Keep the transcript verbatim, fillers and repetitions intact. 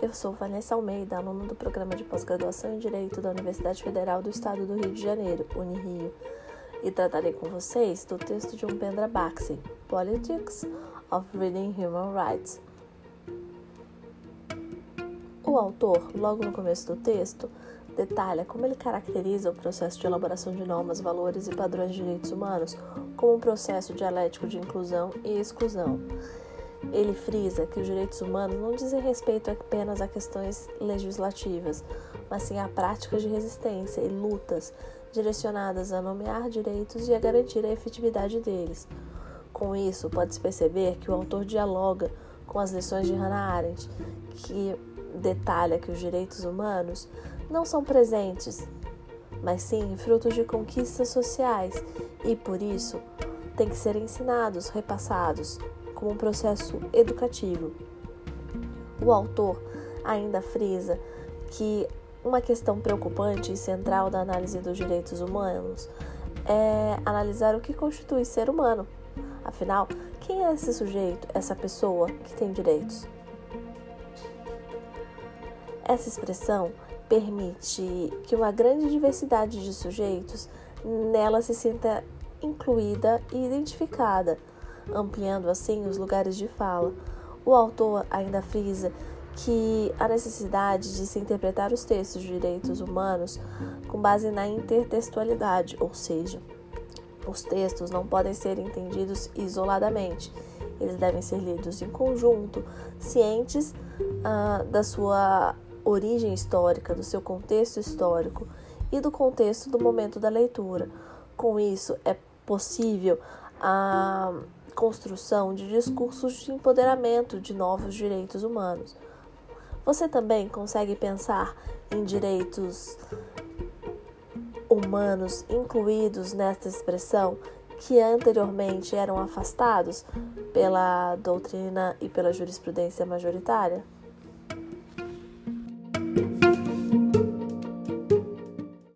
eu sou Vanessa Almeida, aluna do Programa de Pós-Graduação em Direito da Universidade Federal do Estado do Rio de Janeiro, Unirio, e tratarei com vocês do texto de Upendra Baxi, Politics of Reading Human Rights. O autor, logo no começo do texto, detalha como ele caracteriza o processo de elaboração de normas, valores e padrões de direitos humanos como um processo dialético de inclusão e exclusão. Ele frisa que os direitos humanos não dizem respeito apenas a questões legislativas, mas sim a práticas de resistência e lutas direcionadas a nomear direitos e a garantir a efetividade deles. Com isso, pode-se perceber que o autor dialoga com as lições de Hannah Arendt, que detalha que os direitos humanos não são presentes, mas sim frutos de conquistas sociais e, por isso, têm que ser ensinados, repassados, como um processo educativo. O autor ainda frisa que uma questão preocupante e central da análise dos direitos humanos é analisar o que constitui ser humano. Afinal, quem é esse sujeito, essa pessoa que tem direitos? Essa expressão permite que uma grande diversidade de sujeitos nela se sinta incluída e identificada, ampliando assim os lugares de fala. O autor ainda frisa que a necessidade de se interpretar os textos de direitos humanos com base na intertextualidade, ou seja, os textos não podem ser entendidos isoladamente, eles devem ser lidos em conjunto, cientes ah, da sua origem histórica, do seu contexto histórico e do contexto do momento da leitura. Com isso, é possível a construção de discursos de empoderamento de novos direitos humanos. Você também consegue pensar em direitos humanos incluídos nesta expressão que anteriormente eram afastados pela doutrina e pela jurisprudência majoritária?